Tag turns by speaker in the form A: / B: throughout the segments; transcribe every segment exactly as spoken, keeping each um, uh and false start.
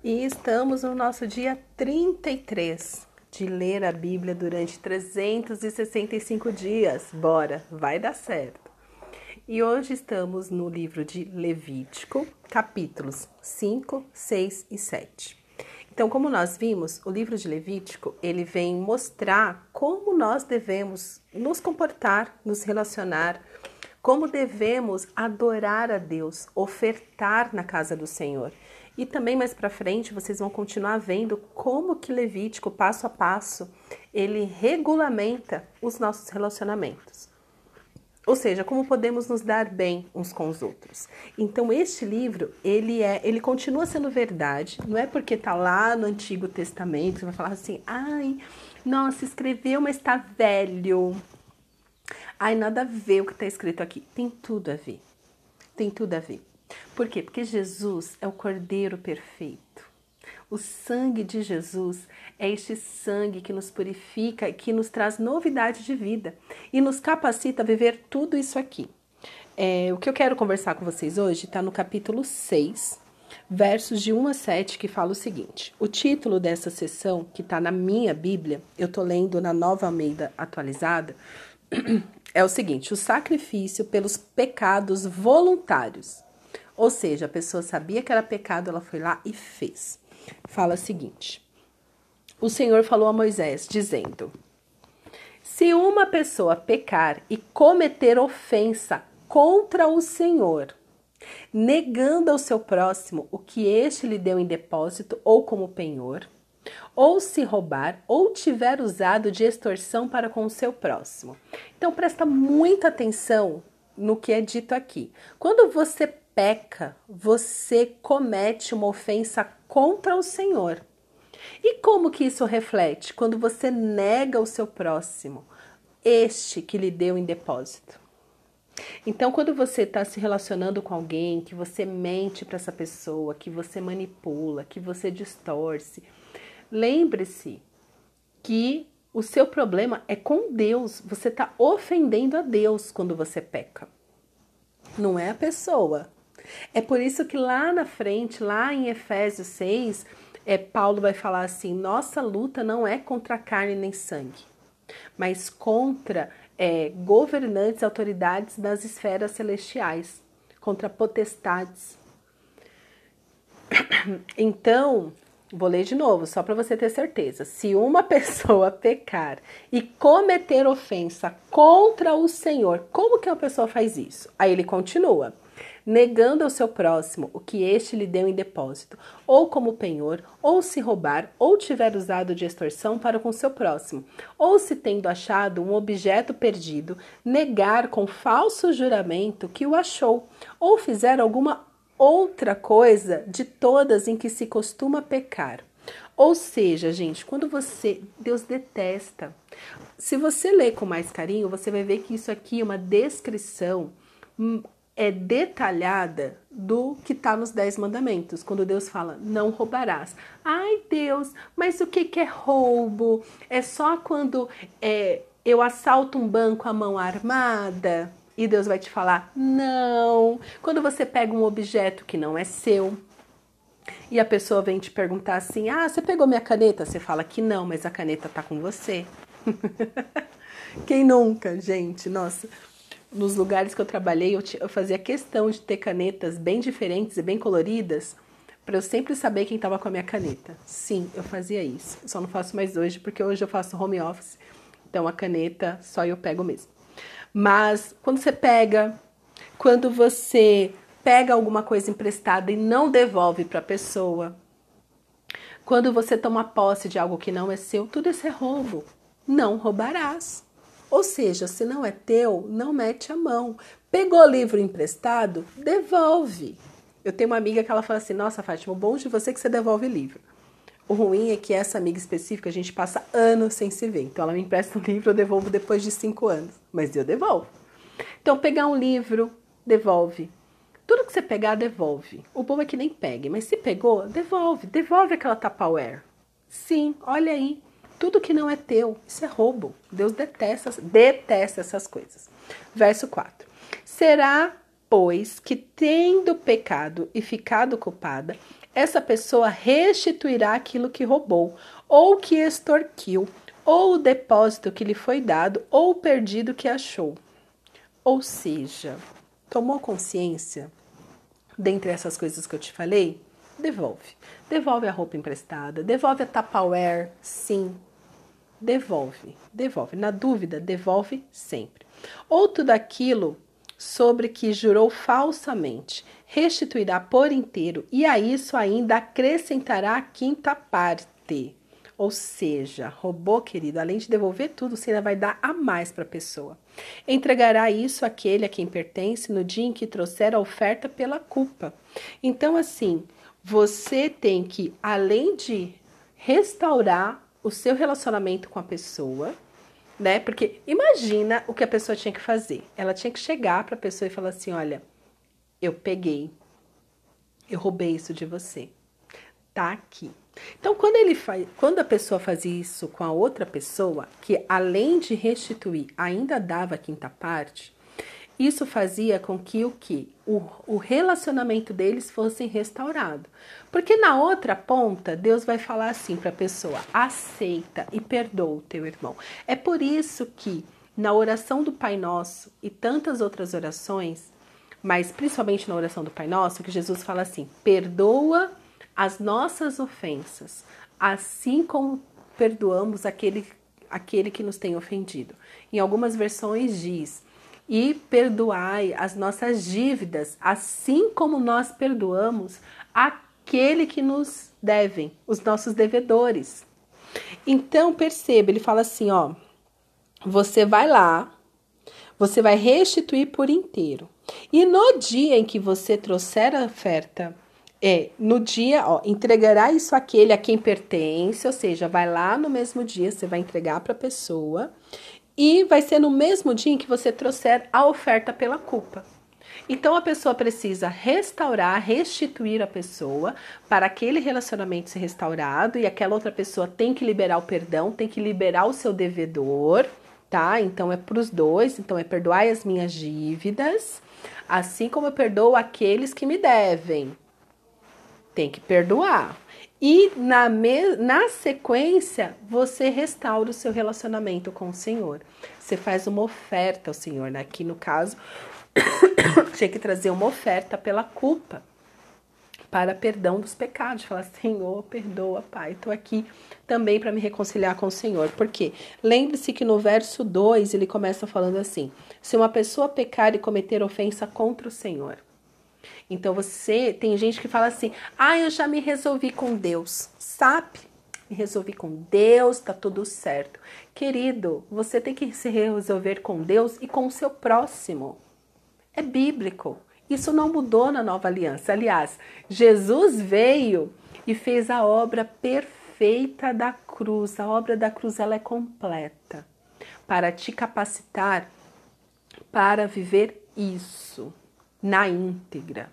A: E estamos no nosso dia trinta e três de ler a Bíblia durante trezentos e sessenta e cinco dias. Bora, vai dar certo. E hoje estamos no livro de Levítico, capítulos cinco, seis e sete. Então, como nós vimos, o livro de Levítico, ele vem mostrar como nós devemos nos comportar, nos relacionar, como devemos adorar a Deus, ofertar na casa do Senhor. E também mais para frente vocês vão continuar vendo como que Levítico, passo a passo, ele regulamenta os nossos relacionamentos. Ou seja, como podemos nos dar bem uns com os outros. Então este livro, ele é, ele continua sendo verdade, não é porque está lá no Antigo Testamento, você vai falar assim, ai, nossa, escreveu, mas está velho. Ai, nada a ver o que está escrito aqui. Tem tudo a ver, tem tudo a ver. Por quê? Porque Jesus é o Cordeiro perfeito. O sangue de Jesus é este sangue que nos purifica e que nos traz novidade de vida e nos capacita a viver tudo isso aqui. É, o que eu quero conversar com vocês hoje está no capítulo seis, versos de um a sete, que fala o seguinte. O título dessa sessão, que está na minha Bíblia, eu estou lendo na Nova Almeida Atualizada, é o seguinte: o sacrifício pelos pecados voluntários. Ou seja, a pessoa sabia que era pecado, ela foi lá e fez. Fala o seguinte: o Senhor falou a Moisés, dizendo: se uma pessoa pecar e cometer ofensa contra o Senhor, negando ao seu próximo o que este lhe deu em depósito ou como penhor, ou se roubar, ou tiver usado de extorsão para com o seu próximo. Então presta muita atenção no que é dito aqui. Quando você peca, você comete uma ofensa contra o Senhor. E como que isso reflete? Quando você nega o seu próximo, este que lhe deu em depósito. Então, quando você está se relacionando com alguém, que você mente para essa pessoa, que você manipula, que você distorce, lembre-se que o seu problema é com Deus. Você está ofendendo a Deus quando você peca. Não é a pessoa. É por isso que lá na frente, lá em Efésios seis, é, Paulo vai falar assim: nossa luta não é contra carne nem sangue, mas contra é, governantes, autoridades das esferas celestiais, contra potestades. Então, vou ler de novo, só para você ter certeza. Se uma pessoa pecar e cometer ofensa contra o Senhor, como que a pessoa faz isso? Aí ele continua: negando ao seu próximo o que este lhe deu em depósito, ou como penhor, ou se roubar, ou tiver usado de extorsão para com seu próximo, ou se tendo achado um objeto perdido, negar com falso juramento que o achou, ou fizer alguma outra coisa de todas em que se costuma pecar. Ou seja, gente, quando você... Deus detesta. Se você ler com mais carinho, você vai ver que isso aqui é uma descrição é detalhada do que está nos dez mandamentos, quando Deus fala, não roubarás. Ai, Deus, mas o que, que é roubo? É só quando é, eu assalto um banco à mão armada? E Deus vai te falar, não. Quando você pega um objeto que não é seu, e a pessoa vem te perguntar assim, ah, você pegou minha caneta? Você fala que não, mas a caneta tá com você. Quem nunca, gente? Nossa... Nos lugares que eu trabalhei, eu, eu fazia questão de ter canetas bem diferentes e bem coloridas, para eu sempre saber quem estava com a minha caneta. Sim, eu fazia isso. Eu só não faço mais hoje, porque hoje eu faço home office, então a caneta só eu pego mesmo. Mas quando você pega, quando você pega alguma coisa emprestada e não devolve para a pessoa, quando você toma posse de algo que não é seu, tudo isso é roubo. Não roubarás. Ou seja, se não é teu, não mete a mão. Pegou livro emprestado? Devolve. Eu tenho uma amiga que ela fala assim, nossa, Fátima, o bom de você é que você devolve livro. O ruim é que essa amiga específica, a gente passa anos sem se ver. Então ela me empresta um livro, eu devolvo depois de cinco anos. Mas eu devolvo. Então pegar um livro, devolve. Tudo que você pegar, devolve. O bom é que nem pegue, mas se pegou, devolve. Devolve aquela Tupperware. Sim, olha aí. Tudo que não é teu, isso é roubo. Deus detesta, detesta essas coisas. Verso quatro. Será, pois, que tendo pecado e ficado culpada, essa pessoa restituirá aquilo que roubou, ou que extorquiu, ou o depósito que lhe foi dado, ou o perdido que achou. Ou seja, tomou consciência dentre essas coisas que eu te falei? Devolve. Devolve a roupa emprestada, devolve a Tupperware, sim. Devolve, devolve. Na dúvida, devolve sempre. Ou tudo aquilo sobre que jurou falsamente, restituirá por inteiro, e a isso ainda acrescentará a quinta parte. Ou seja, roubou, querido, além de devolver tudo, você ainda vai dar a mais para a pessoa. Entregará isso àquele a quem pertence no dia em que trouxer a oferta pela culpa. Então, assim, você tem que, além de restaurar o seu relacionamento com a pessoa, né? Porque imagina o que a pessoa tinha que fazer. Ela tinha que chegar para a pessoa e falar assim, olha, eu peguei, eu roubei isso de você, tá aqui. Então, quando, ele faz, quando a pessoa fazia isso com a outra pessoa, que além de restituir, ainda dava a quinta parte, isso fazia com que o que? O, o relacionamento deles fosse restaurado. Porque na outra ponta, Deus vai falar assim para a pessoa, aceita e perdoa o teu irmão. É por isso que na oração do Pai Nosso e tantas outras orações, mas principalmente na oração do Pai Nosso, que Jesus fala assim, perdoa as nossas ofensas, assim como perdoamos aquele, aquele que nos tem ofendido. Em algumas versões diz, e perdoai as nossas dívidas, assim como nós perdoamos aquele que nos devem, os nossos devedores. Então, perceba, ele fala assim, ó, você vai lá, você vai restituir por inteiro. E no dia em que você trouxer a oferta, é, no dia, ó, entregará isso àquele a quem pertence, ou seja, vai lá no mesmo dia, você vai entregar para a pessoa, e vai ser no mesmo dia em que você trouxer a oferta pela culpa. Então, a pessoa precisa restaurar, restituir a pessoa para aquele relacionamento ser restaurado e aquela outra pessoa tem que liberar o perdão, tem que liberar o seu devedor, tá? Então, é para os dois. Então, é perdoai as minhas dívidas, assim como eu perdoo aqueles que me devem. Tem que perdoar. E na, me... na sequência, você restaura o seu relacionamento com o Senhor. Você faz uma oferta ao Senhor, né? Aqui no caso, tinha que trazer uma oferta pela culpa, para perdão dos pecados. Falar, Senhor, perdoa, Pai. Estou aqui também para me reconciliar com o Senhor. Por quê? Lembre-se que no verso dois, ele começa falando assim, se uma pessoa pecar e cometer ofensa contra o Senhor. Então você, tem gente que fala assim, ah, eu já me resolvi com Deus, sabe? Me resolvi com Deus, tá tudo certo. Querido, você tem que se resolver com Deus e com o seu próximo. É bíblico. Isso não mudou na nova aliança. Aliás, Jesus veio e fez a obra perfeita da cruz. A obra da cruz, ela é completa para te capacitar para viver isso na íntegra.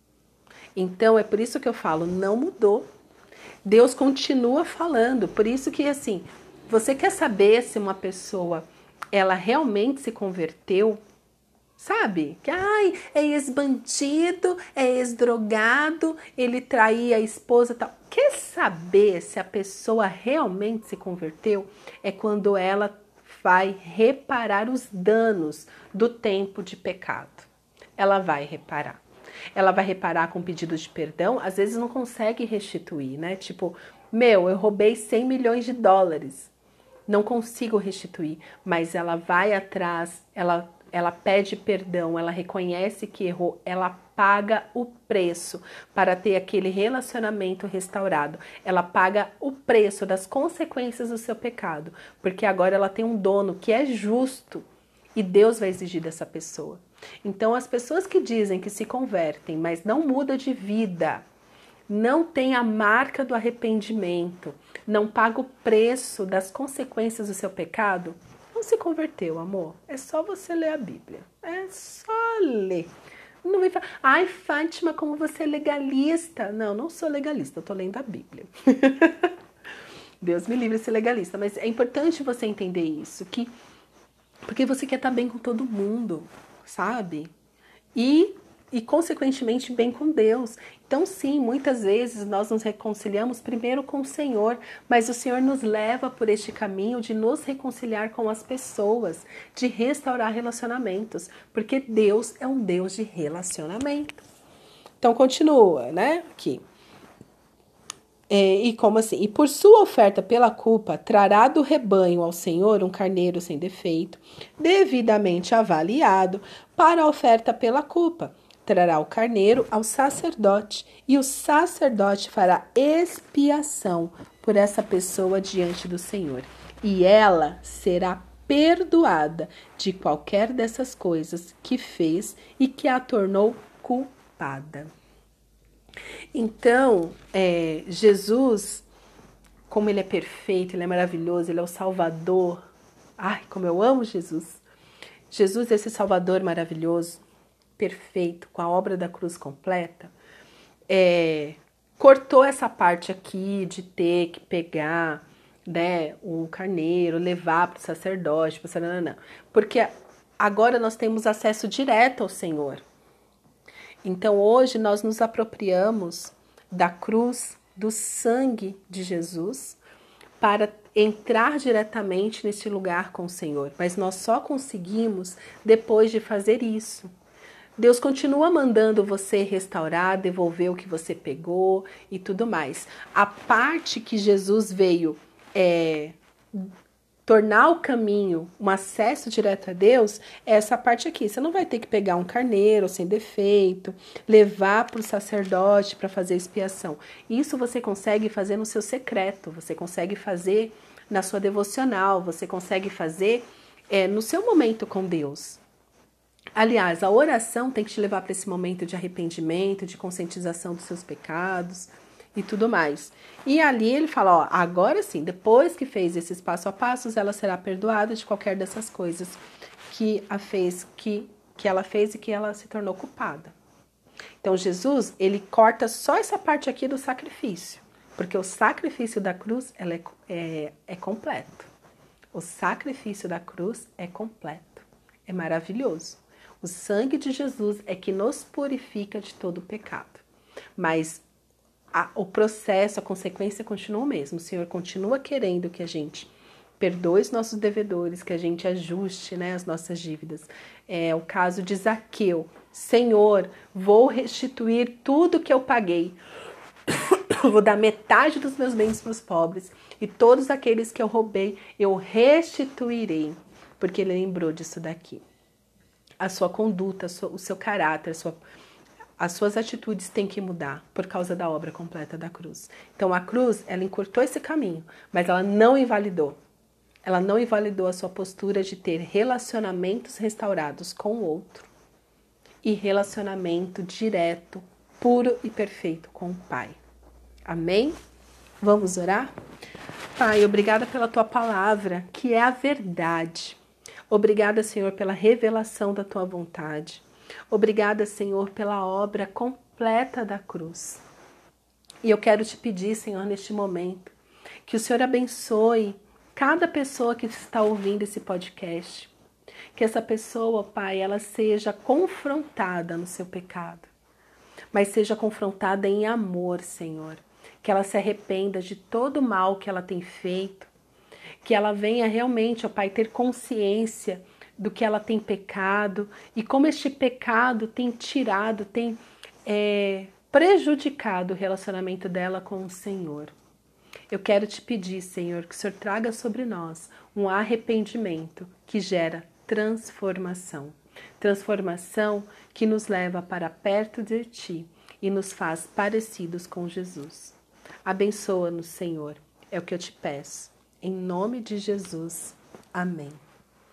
A: Então, é por isso que eu falo, não mudou. Deus continua falando. Por isso que, assim, você quer saber se uma pessoa, ela realmente se converteu, sabe? Que, ai, é ex-bandido, é ex-drogado, ele traía a esposa e tal. Quer saber se a pessoa realmente se converteu? É quando ela vai reparar os danos do tempo de pecado. Ela vai reparar. Ela vai reparar com pedidos de perdão, às vezes não consegue restituir, né? Tipo, meu, eu roubei cem milhões de dólares, não consigo restituir, mas ela vai atrás, ela, ela pede perdão, ela reconhece que errou, ela paga o preço para ter aquele relacionamento restaurado. Ela paga o preço das consequências do seu pecado, porque agora ela tem um dono que é justo e Deus vai exigir dessa pessoa. Então, as pessoas que dizem que se convertem, mas não muda de vida, não tem a marca do arrependimento, não paga o preço das consequências do seu pecado, não se converteu, amor. É só você ler a Bíblia. É só ler. Não vem falar, ai, Fátima, como você é legalista. Não, não sou legalista, eu tô lendo a Bíblia. Deus me livre de ser legalista, mas é importante você entender isso, que, porque você quer estar bem com todo mundo, sabe? E e, consequentemente, bem com Deus. Então, sim, muitas vezes nós nos reconciliamos primeiro com o Senhor, mas o Senhor nos leva por este caminho de nos reconciliar com as pessoas, de restaurar relacionamentos, porque Deus é um Deus de relacionamento. Então, continua, né? Aqui. É, e como assim? E por sua oferta pela culpa, trará do rebanho ao Senhor um carneiro sem defeito, devidamente avaliado, para a oferta pela culpa. Trará o carneiro ao sacerdote, e o sacerdote fará expiação por essa pessoa diante do Senhor. E ela será perdoada de qualquer dessas coisas que fez e que a tornou culpada. Então, é, Jesus, como ele é perfeito, ele é maravilhoso, ele é o Salvador. Ai, como eu amo Jesus. Jesus, esse Salvador maravilhoso, perfeito, com a obra da cruz completa, é, cortou essa parte aqui de ter que pegar, né, o carneiro, levar para o sacerdote, para o não, porque agora nós temos acesso direto ao Senhor. Então, hoje, nós nos apropriamos da cruz, do sangue de Jesus, para entrar diretamente nesse lugar com o Senhor. Mas nós só conseguimos depois de fazer isso. Deus continua mandando você restaurar, devolver o que você pegou e tudo mais. A parte que Jesus veio é, tornar o caminho, um acesso direto a Deus, é essa parte aqui. Você não vai ter que pegar um carneiro sem defeito, levar para o sacerdote para fazer expiação. Isso você consegue fazer no seu secreto, você consegue fazer na sua devocional, você consegue fazer é, no seu momento com Deus. Aliás, a oração tem que te levar para esse momento de arrependimento, de conscientização dos seus pecados e tudo mais. E ali ele fala, ó, agora sim, depois que fez esses passo a passos, ela será perdoada de qualquer dessas coisas que a fez, que, que ela fez e que ela se tornou culpada. Então Jesus, ele corta só essa parte aqui do sacrifício, porque o sacrifício da cruz, ela é, é, é completo. O sacrifício da cruz é completo, é maravilhoso. O sangue de Jesus é que nos purifica de todo o pecado. Mas a, o processo, a consequência continua o mesmo. O Senhor continua querendo que a gente perdoe os nossos devedores, que a gente ajuste, né, as nossas dívidas. É o caso de Zaqueu. Senhor, vou restituir tudo que eu paguei. Vou dar metade dos meus bens para os pobres. E todos aqueles que eu roubei, eu restituirei. Porque ele lembrou disso daqui. A sua conduta, o seu caráter, a sua, as suas atitudes têm que mudar por causa da obra completa da cruz. Então a cruz, ela encurtou esse caminho, mas ela não invalidou. Ela não invalidou a sua postura de ter relacionamentos restaurados com o outro e relacionamento direto, puro e perfeito com o Pai. Amém? Vamos orar? Pai, obrigada pela tua palavra, que é a verdade. Obrigada, Senhor, pela revelação da tua vontade. Obrigada, Senhor, pela obra completa da cruz. E eu quero te pedir, Senhor, neste momento, que o Senhor abençoe cada pessoa que está ouvindo esse podcast. Que essa pessoa, Pai, ela seja confrontada no seu pecado, mas seja confrontada em amor, Senhor. Que ela se arrependa de todo o mal que ela tem feito. Que ela venha realmente, ó Pai, ter consciência do que ela tem pecado e como este pecado tem tirado, tem é, prejudicado o relacionamento dela com o Senhor. Eu quero te pedir, Senhor, que o Senhor traga sobre nós um arrependimento que gera transformação. Transformação que nos leva para perto de Ti e nos faz parecidos com Jesus. Abençoa-nos, Senhor, é o que eu te peço. Em nome de Jesus. Amém.